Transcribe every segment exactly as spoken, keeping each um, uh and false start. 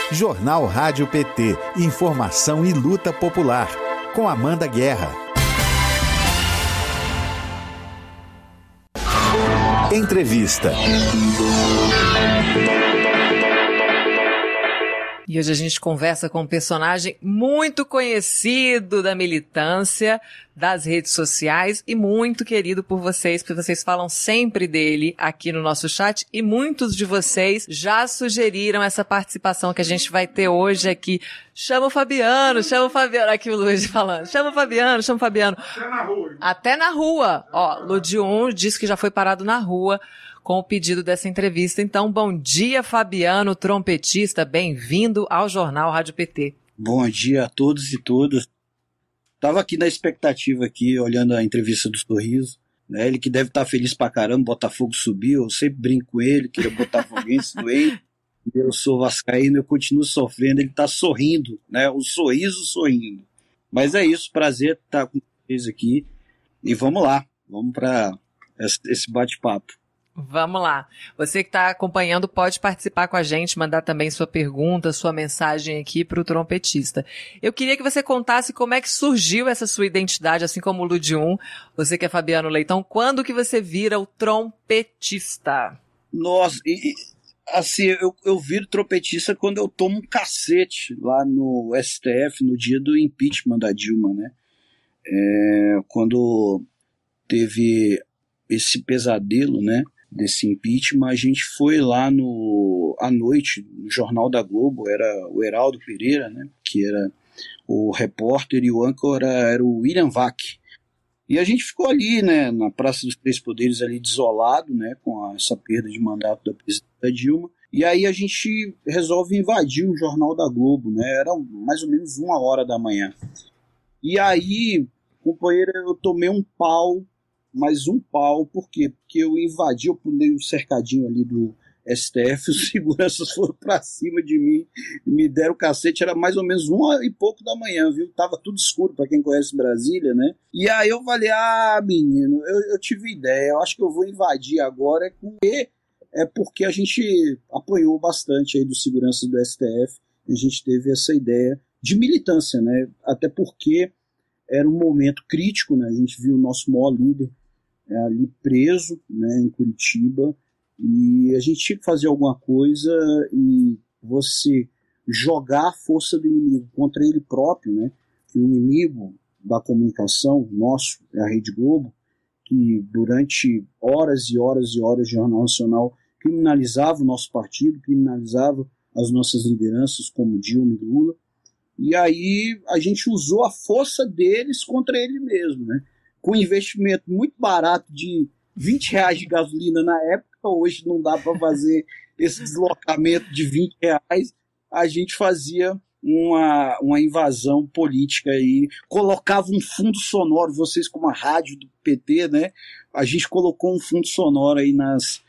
Jornal Rádio P T, informação e luta popular, com Amanda Guerra. Entrevista. E hoje a gente conversa com um personagem muito conhecido da militância, das redes sociais e muito querido por vocês, porque vocês falam sempre dele aqui no nosso chat e muitos de vocês já sugeriram essa participação que a gente vai ter hoje aqui. Chama o Fabiano, chama o Fabiano, aqui o Luiz falando, chama o Fabiano, chama o Fabiano. Até na rua. Até na rua. Ó, Ludion disse que já foi parado na rua com o pedido dessa entrevista. Então, bom dia, Fabiano, trompetista, bem-vindo ao Jornal Rádio P T. Bom dia a todos e todas. Estava aqui na expectativa, aqui, olhando a entrevista do Sorriso, né? Ele que deve estar feliz pra caramba, Botafogo subiu, eu sempre brinco com ele, que ele é botafoguense doente, eu sou vascaíno, eu continuo sofrendo, ele está sorrindo, né? O sorriso sorrindo. Mas é isso, prazer estar com vocês aqui, e vamos lá, vamos para esse bate-papo. Vamos lá. Você que está acompanhando pode participar com a gente, mandar também sua pergunta, sua mensagem aqui para o trompetista. Eu queria que você contasse como é que surgiu essa sua identidade, assim como o Ludium, você que é Fabiano Leitão, quando que você vira o trompetista? Nossa, e, assim, eu, eu viro trompetista quando eu tomo um cacete lá no S T F, no dia do impeachment da Dilma, né? É, quando teve esse pesadelo, né? Desse impeachment, a gente foi lá no, à noite, no Jornal da Globo, era o Heraldo Pereira, né, que era o repórter, e o âncora era o William Vac. E a gente ficou ali, né, na Praça dos Três Poderes, ali desolado, né, com a, essa perda de mandato da presidenta Dilma, e aí a gente resolve invadir o Jornal da Globo, né, era mais ou menos uma hora da manhã. E aí, companheira, eu tomei um pau, mais um pau, por quê? Porque eu invadi, eu pulei o cercadinho ali do S T F, os seguranças foram pra cima de mim, me deram o cacete, era mais ou menos uma e pouco da manhã, viu? Tava tudo escuro pra quem conhece Brasília, né? E aí eu falei, ah, menino, eu, eu tive ideia, eu acho que eu vou invadir agora, é porque, é porque a gente apoiou bastante aí dos seguranças do S T F, e a gente teve essa ideia de militância, né? Até porque era um momento crítico, né? A gente viu o nosso maior líder é, ali preso, né, em Curitiba, e a gente tinha que fazer alguma coisa, e você jogar a força do inimigo contra ele próprio, né, que o inimigo da comunicação nosso é a Rede Globo, que durante horas e horas e horas de Jornal Nacional criminalizava o nosso partido, criminalizava as nossas lideranças como Dilma e Lula, e aí a gente usou a força deles contra ele mesmo, né? Com um investimento muito barato de vinte reais de gasolina na época, hoje não dá para fazer esse deslocamento de vinte reais, a gente fazia uma, uma invasão política aí, colocava um fundo sonoro, vocês como a rádio do P T, né? A gente colocou um fundo sonoro aí nas,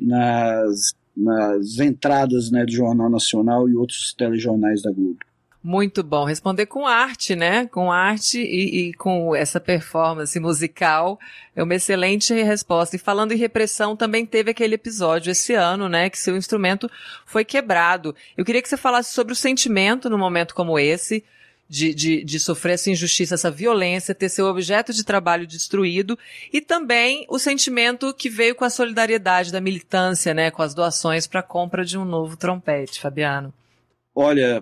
nas, nas entradas, né, do Jornal Nacional e outros telejornais da Globo. Muito bom. Responder com arte, né? Com arte e, e com essa performance musical é uma excelente resposta. E falando em repressão, também teve aquele episódio esse ano, né? Que seu instrumento foi quebrado. Eu queria que você falasse sobre o sentimento num momento como esse, de, de, de sofrer essa injustiça, essa violência, ter seu objeto de trabalho destruído, e também o sentimento que veio com a solidariedade da militância, né? Com as doações para a compra de um novo trompete, Fabiano. Olha,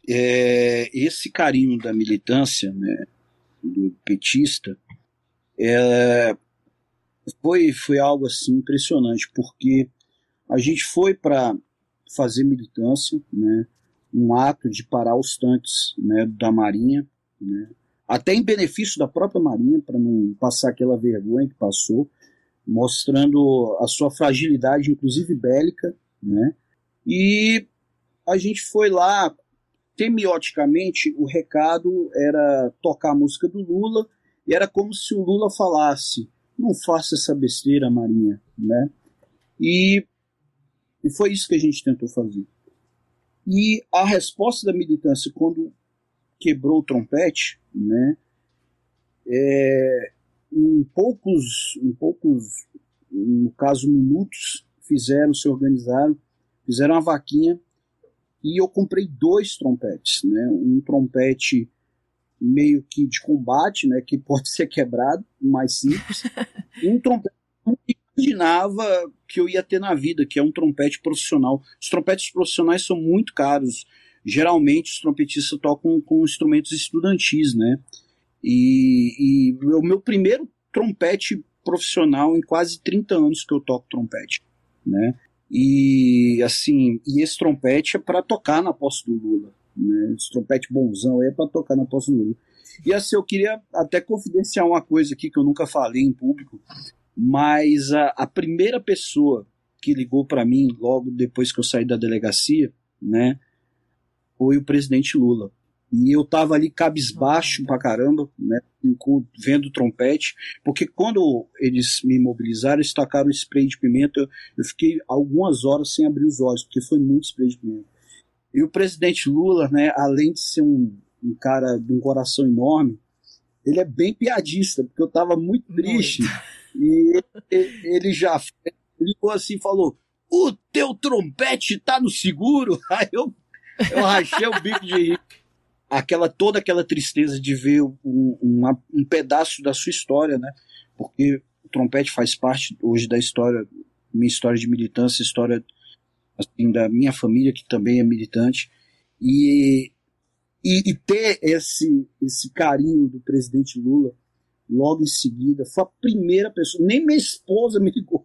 É, esse carinho da militância, né, do petista, é, foi, foi algo assim impressionante, porque a gente foi para fazer militância, né, um ato de parar os tanques, né, da Marinha, né, até em benefício da própria Marinha, para não passar aquela vergonha que passou, mostrando a sua fragilidade, inclusive bélica, né, e a gente foi lá. Semioticamente, o recado era tocar a música do Lula, e era como se o Lula falasse, não faça essa besteira, Marinha, né? E, e foi isso que a gente tentou fazer. E a resposta da militância, quando quebrou o trompete, né, é, em poucos, em poucos, no caso, minutos, fizeram, se organizaram, fizeram uma vaquinha, e eu comprei dois trompetes, né? Um trompete meio que de combate, né? Que pode ser quebrado, mais simples. E um trompete que eu imaginava que eu ia ter na vida, que é um trompete profissional. Os trompetes profissionais são muito caros. Geralmente os trompetistas tocam com instrumentos estudantis, né? E, e o meu primeiro trompete profissional em quase trinta anos que eu toco trompete, né? E assim, e esse trompete é para tocar na posse do Lula, né? Esse trompete bonzão é para tocar na posse do Lula. E assim, eu queria até confidenciar uma coisa aqui que eu nunca falei em público, mas a, a primeira pessoa que ligou para mim logo depois que eu saí da delegacia, né, foi o presidente Lula. E eu tava ali cabisbaixo pra caramba, né, vendo o trompete, porque quando eles me imobilizaram, eles tacaram spray de pimenta, eu, eu fiquei algumas horas sem abrir os olhos, porque foi muito spray de pimenta. E o presidente Lula, né, além de ser um, um cara de um coração enorme, ele é bem piadista, porque eu tava muito triste, muito. E ele já ficou assim e falou, o teu trompete tá no seguro? Aí eu, eu rachei o bico de rir. Aquela, toda aquela tristeza de ver um, uma, um pedaço da sua história, né? Porque o trompete faz parte hoje da história, minha história de militância, história assim, da minha família, que também é militante, e, e, e ter esse, esse carinho do presidente Lula logo em seguida, foi a primeira pessoa, nem minha esposa me ligou,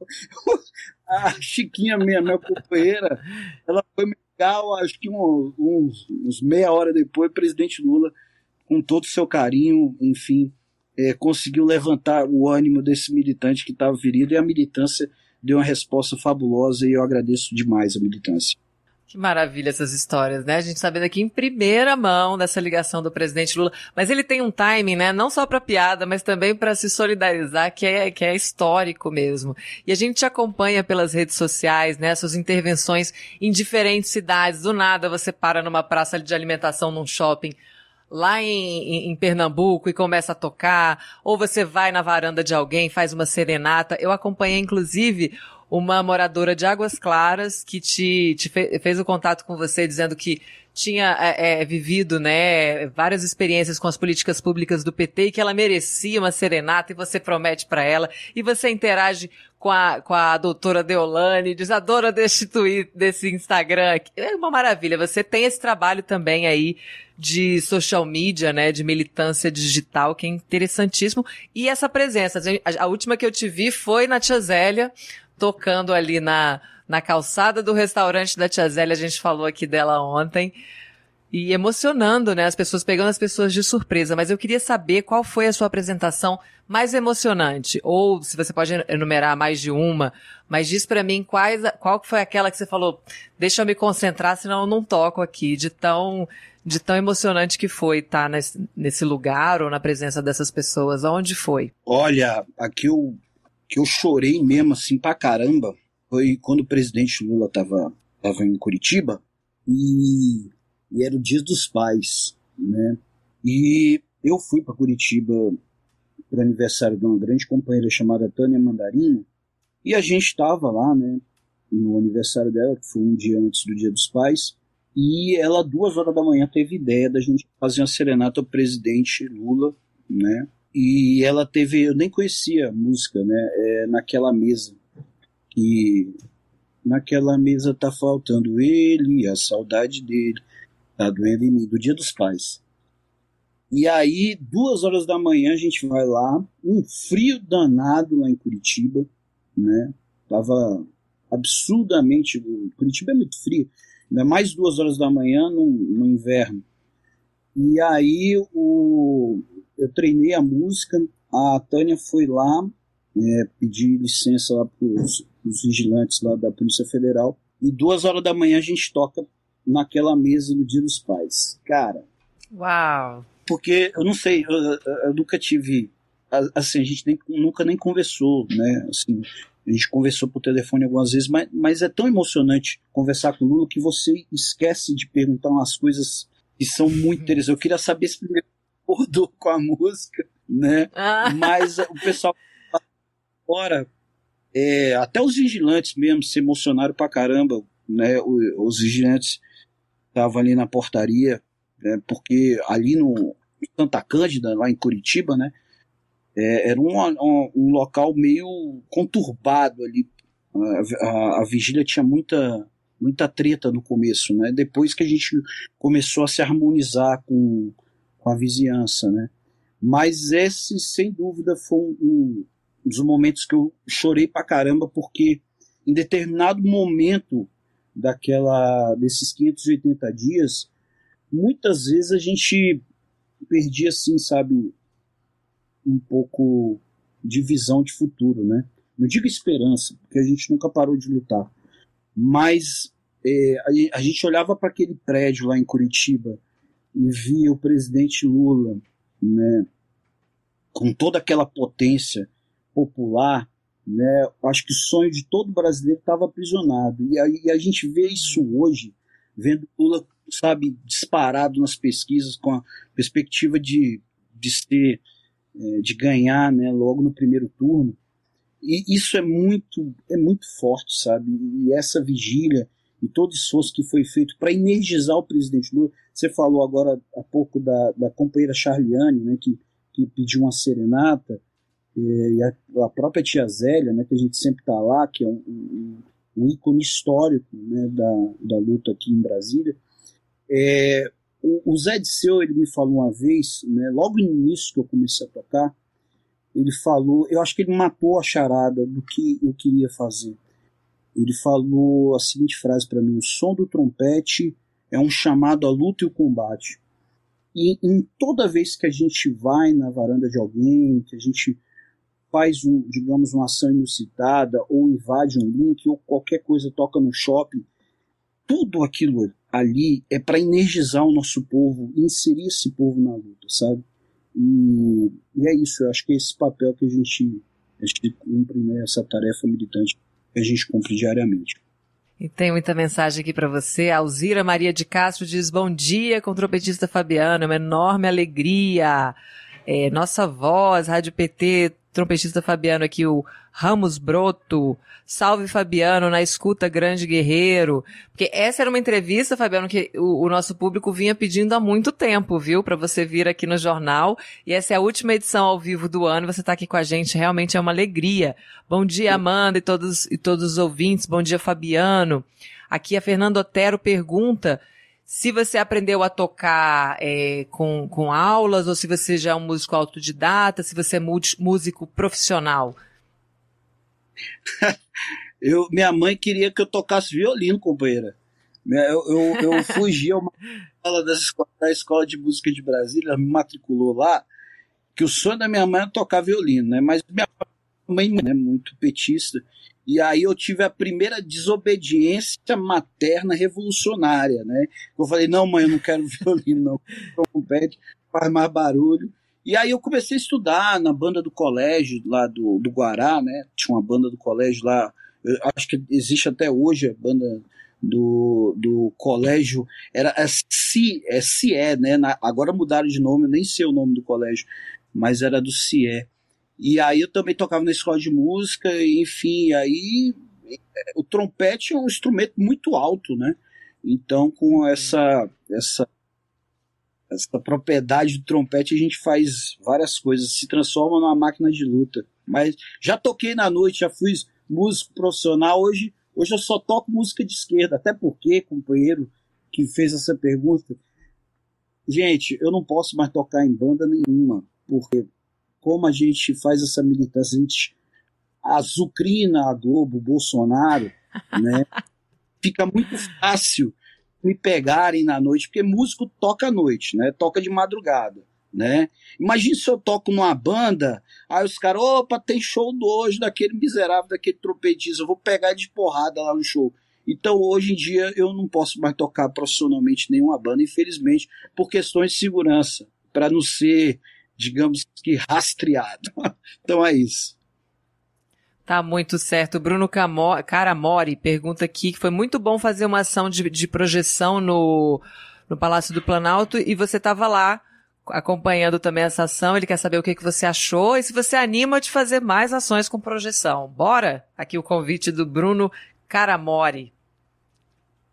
a Chiquinha, minha, minha companheira, ela foi me acho que um, uns, uns meia hora depois, o presidente Lula, com todo o seu carinho, enfim, é, conseguiu levantar o ânimo desse militante que estava ferido, e a militância deu uma resposta fabulosa, e eu agradeço demais a militância. Que maravilha essas histórias, né? A gente sabendo aqui em primeira mão dessa ligação do presidente Lula. Mas ele tem um timing, né? Não só para piada, mas também para se solidarizar, que é, que é histórico mesmo. E a gente te acompanha pelas redes sociais, né? Suas intervenções em diferentes cidades. Do nada você para numa praça de alimentação num shopping lá em, em, em Pernambuco e começa a tocar. Ou você vai na varanda de alguém, faz uma serenata. Eu acompanhei, inclusive, uma moradora de Águas Claras que te, te fe, fez o contato com você dizendo que tinha é, é, vivido, né, várias experiências com as políticas públicas do P T e que ela merecia uma serenata, e você promete para ela, e você interage com a, com a doutora Deolane, diz, adora desse tweet, desse Instagram, é uma maravilha. Você tem esse trabalho também aí de social media, né, de militância digital, que é interessantíssimo, e essa presença, a, a última que eu te vi foi na Tia Zélia, tocando ali na, na calçada do restaurante da Tia Zélia, a gente falou aqui dela ontem, e emocionando, né, as pessoas, pegando as pessoas de surpresa. Mas eu queria saber qual foi a sua apresentação mais emocionante, ou se você pode enumerar mais de uma, mas diz pra mim quais, qual foi aquela que você falou, deixa eu me concentrar, senão eu não toco aqui, de tão, de tão emocionante que foi estar nesse, nesse lugar, ou na presença dessas pessoas. Onde foi? Olha, aqui eu que eu chorei mesmo assim pra caramba, foi quando o presidente Lula tava, tava em Curitiba, e, e era o Dia dos Pais, né? E eu fui para Curitiba pro aniversário de uma grande companheira chamada Tânia Mandarino, e a gente estava lá, né, no aniversário dela, que foi um dia antes do Dia dos Pais, e ela, duas horas da manhã, teve ideia da gente fazer uma serenata ao presidente Lula, né? E ela teve, eu nem conhecia a música, né, é, naquela mesa, e naquela mesa tá faltando ele, a saudade dele, tá doendo em mim, do Dia dos Pais. E aí, duas horas da manhã, a gente vai lá, um frio danado lá em Curitiba, né, tava absurdamente, Curitiba é muito frio, ainda mais duas horas da manhã no, no inverno. E aí, o... eu treinei a música, a Tânia foi lá, é, pedir licença lá para os vigilantes lá da Polícia Federal, e duas horas da manhã a gente toca naquela mesa no Dia dos Pais. Cara, uau! Porque, eu não sei, eu, eu nunca tive, assim, a gente nem, nunca nem conversou, né, assim, a gente conversou por telefone algumas vezes, mas, mas é tão emocionante conversar com o Lula que você esquece de perguntar umas coisas que são muito interessantes. Eu queria saber se ele acordou com a música, né? Ah. Mas o pessoal fora, é, até os vigilantes mesmo se emocionaram pra caramba, né? Os vigilantes estava ali na portaria, né, porque ali no Santa Cândida, lá em Curitiba, né, é, era um, um, um local meio conturbado ali. A, a, a vigília tinha muita, muita treta no começo, né, depois que a gente começou a se harmonizar com, com a vizinhança, né. Mas esse, sem dúvida, foi um, um dos momentos que eu chorei pra caramba, porque em determinado momento daquela, desses quinhentos e oitenta dias, muitas vezes a gente perdia, assim, sabe, um pouco de visão de futuro, né? Não digo esperança, porque a gente nunca parou de lutar, mas é, a, a gente olhava para aquele prédio lá em Curitiba e via o presidente Lula, né, com toda aquela potência popular, né, acho que o sonho de todo brasileiro estava aprisionado. E a, e a gente vê isso hoje, vendo Lula, sabe, disparado nas pesquisas, com a perspectiva de, de ser, é, de ganhar, né, logo no primeiro turno. E isso é muito, é muito forte, sabe? E essa vigília e todo o esforço que foi feito para energizar o presidente Lula. Você falou agora há pouco da, da companheira Charliane, né, que, que pediu uma serenata, e a, a própria tia Zélia, né, que a gente sempre está lá, que é um, um, um ícone histórico, né, da, da luta aqui em Brasília. É, o, o Zé Disseu, ele me falou uma vez, né, logo no início que eu comecei a tocar, ele falou, eu acho que ele matou a charada do que eu queria fazer. Ele falou a seguinte frase para mim: o som do trompete é um chamado à luta e o combate. E em toda vez que a gente vai na varanda de alguém, que a gente faz, um, digamos, uma ação inusitada, ou invade um link, ou qualquer coisa toca no shopping, tudo aquilo ali é para energizar o nosso povo, inserir esse povo na luta, sabe? E, e é isso, eu acho que é esse papel que a gente, a gente cumpre, né, essa tarefa militante que a gente cumpre diariamente. E tem muita mensagem aqui para você. A Alzira Maria de Castro diz: bom dia com o trompetista Fabiano, é uma enorme alegria. É, nossa voz, Rádio P T, trompetista Fabiano aqui, o Ramos Broto. Salve Fabiano, na escuta, grande guerreiro. Porque essa era uma entrevista, Fabiano, que o, o nosso público vinha pedindo há muito tempo, viu? Para você vir aqui no jornal. E essa é a última edição ao vivo do ano. Você está aqui com a gente, realmente é uma alegria. Bom dia, Amanda, e todos, e todos os ouvintes. Bom dia, Fabiano. Aqui a Fernanda Otero pergunta se você aprendeu a tocar é, com, com aulas, ou se você já é um músico autodidata, se você é músico profissional. eu, minha mãe queria que eu tocasse violino, companheira. Eu, eu, eu fugi a uma aula da escola, da escola de música de Brasília, ela me matriculou lá, que o sonho da minha mãe era tocar violino, né? Mas minha mãe é, né, muito petista, e aí eu tive a primeira desobediência materna revolucionária, né? Eu falei: não, mãe, eu não quero violino, não. Trompete, faz mais barulho. E aí eu comecei a estudar na banda do colégio lá do, do Guará, né? Tinha uma banda do colégio lá, eu acho que existe até hoje a banda do, do colégio, era a C I E, é C I E, né? Na, agora mudaram de nome, eu nem sei o nome do colégio, mas era do C I E. E aí eu também tocava na escola de música, enfim, aí o trompete é um instrumento muito alto, né? Então, com essa, essa, essa propriedade do trompete, a gente faz várias coisas, se transforma numa máquina de luta. Mas já toquei na noite, já fui músico profissional, hoje, hoje eu só toco música de esquerda, até porque, companheiro que fez essa pergunta, gente, eu não posso mais tocar em banda nenhuma, porque como a gente faz essa militância, a gente azucrina a Globo, Bolsonaro, né? Fica muito fácil me pegarem na noite, porque músico toca à noite, né? Toca de madrugada, né? Imagina se eu toco numa banda, aí os caras, opa, tem show do hoje daquele miserável, daquele trompetista, eu vou pegar de porrada lá no show. Então, hoje em dia, eu não posso mais tocar profissionalmente nenhuma banda, infelizmente, por questões de segurança, para não ser, digamos que, rastreado. Então é isso. Tá muito certo. Bruno Caramori pergunta aqui que foi muito bom fazer uma ação de, de projeção no, no Palácio do Planalto e você estava lá acompanhando também essa ação. Ele quer saber o que, que você achou e se você anima de fazer mais ações com projeção. Bora? Aqui o convite do Bruno Caramori.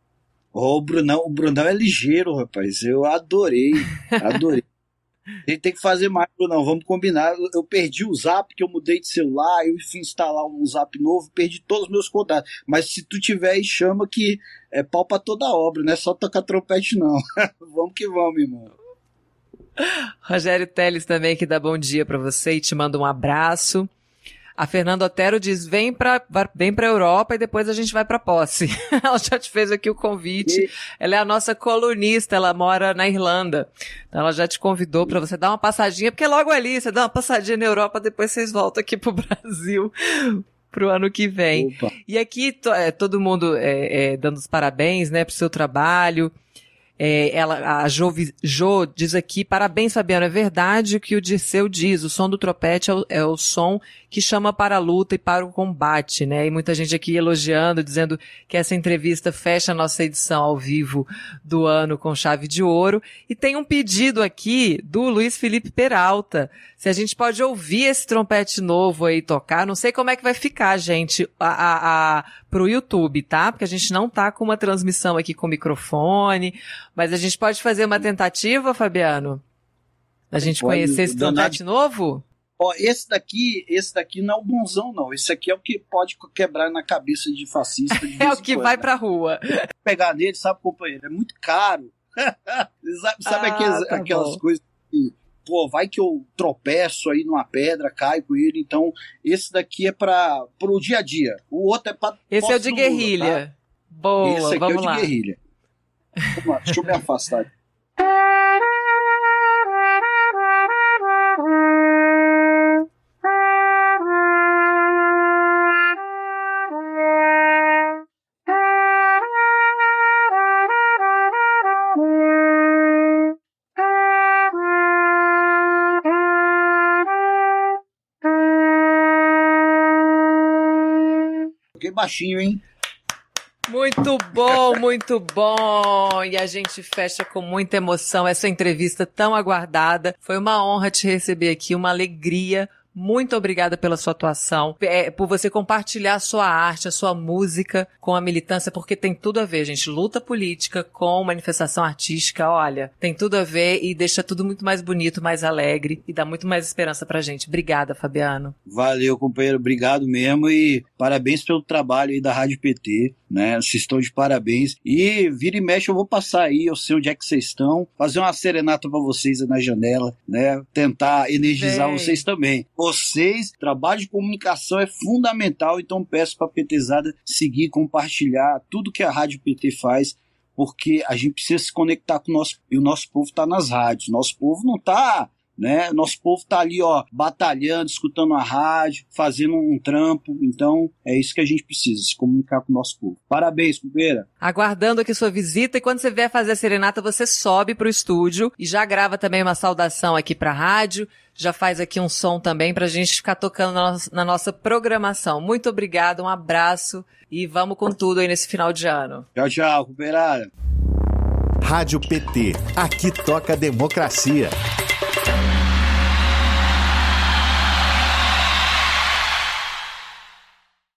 Oh, o Brunão, o Brunão é ligeiro, rapaz. Eu adorei, adorei. A gente tem que fazer mais, Brunão. Vamos combinar. Eu perdi o Zap, que eu mudei de celular, eu fui instalar um Zap novo, perdi todos os meus contatos. Mas se tu tiver aí, chama que é pau pra toda obra, não é só tocar trompete, não. Vamos que vamos, irmão. Rogério Teles também que dá bom dia pra você e te manda um abraço. A Fernanda Otero diz, vem pra, vem pra Europa e depois a gente vai pra Posse. Ela já te fez aqui o convite. E... Ela é a nossa colunista, ela mora na Irlanda. Então ela já te convidou pra você dar uma passadinha, porque logo ali, você dá uma passadinha na Europa, depois vocês voltam aqui pro Brasil pro ano que vem. Opa. E aqui, to, é, todo mundo é, é, dando os parabéns, né, pro seu trabalho. É, ela, a Jo, Jo diz aqui, parabéns, Fabiano, é verdade o que o Dirceu diz, o som do trompete é o, é o som que chama para a luta e para o combate, né? E muita gente aqui elogiando, dizendo que essa entrevista fecha a nossa edição ao vivo do ano com chave de ouro. E tem um pedido aqui do Luiz Felipe Peralta, se a gente pode ouvir esse trompete novo aí tocar, não sei como é que vai ficar, gente, a, a, a, pro YouTube, tá? Porque a gente não tá com uma transmissão aqui com microfone, mas a gente pode fazer uma tentativa, Fabiano? A gente pode conhecer esse trompete novo? Ó, esse daqui, esse daqui não é o bonzão, não. Esse aqui é o que pode quebrar na cabeça de fascista. De é o que coisa, vai né? pra rua. Pegar nele, sabe, companheiro? É muito caro. sabe sabe ah, aqueles, tá aquelas bom. coisas que, pô, vai que eu tropeço aí numa pedra, caio com ele. Então, esse daqui é para pro dia a dia. O outro é pra... Esse é o de guerrilha. Mundo, tá? Boa, esse aqui vamos é o lá. de guerrilha. Vamos lá, deixa eu me afastar. Fiquei baixinho, hein? Muito bom, muito bom! E a gente fecha com muita emoção essa entrevista tão aguardada. Foi uma honra te receber aqui, uma alegria. Muito obrigada pela sua atuação, é, por você compartilhar a sua arte, a sua música com a militância, porque tem tudo a ver, gente. Luta política com manifestação artística, olha, tem tudo a ver e deixa tudo muito mais bonito, mais alegre e dá muito mais esperança pra gente. Obrigada, Fabiano. Valeu, companheiro. Obrigado mesmo e parabéns pelo trabalho aí da Rádio P T, né? Vocês estão de parabéns. E vira e mexe eu vou passar aí, eu sei onde é que vocês estão, fazer uma serenata pra vocês aí na janela, né? Tentar energizar Bem. vocês também. Vocês, trabalho de comunicação é fundamental, então peço para a PTzada seguir, compartilhar tudo que a Rádio P T faz, porque a gente precisa se conectar com o nosso, e o nosso povo está nas rádios, nosso povo não está, né, nosso povo está ali, ó, batalhando, escutando a rádio, fazendo um trampo, então é isso que a gente precisa, se comunicar com o nosso povo. Parabéns, Cubeira. Aguardando aqui sua visita e quando você vier fazer a serenata, você sobe pro estúdio e já grava também uma saudação aqui pra rádio, já faz aqui um som também pra gente ficar tocando na nossa, na nossa programação. Muito obrigado, um abraço e vamos com tudo aí nesse final de ano. Tchau, tchau, Cubeirada. Rádio P T, aqui toca democracia.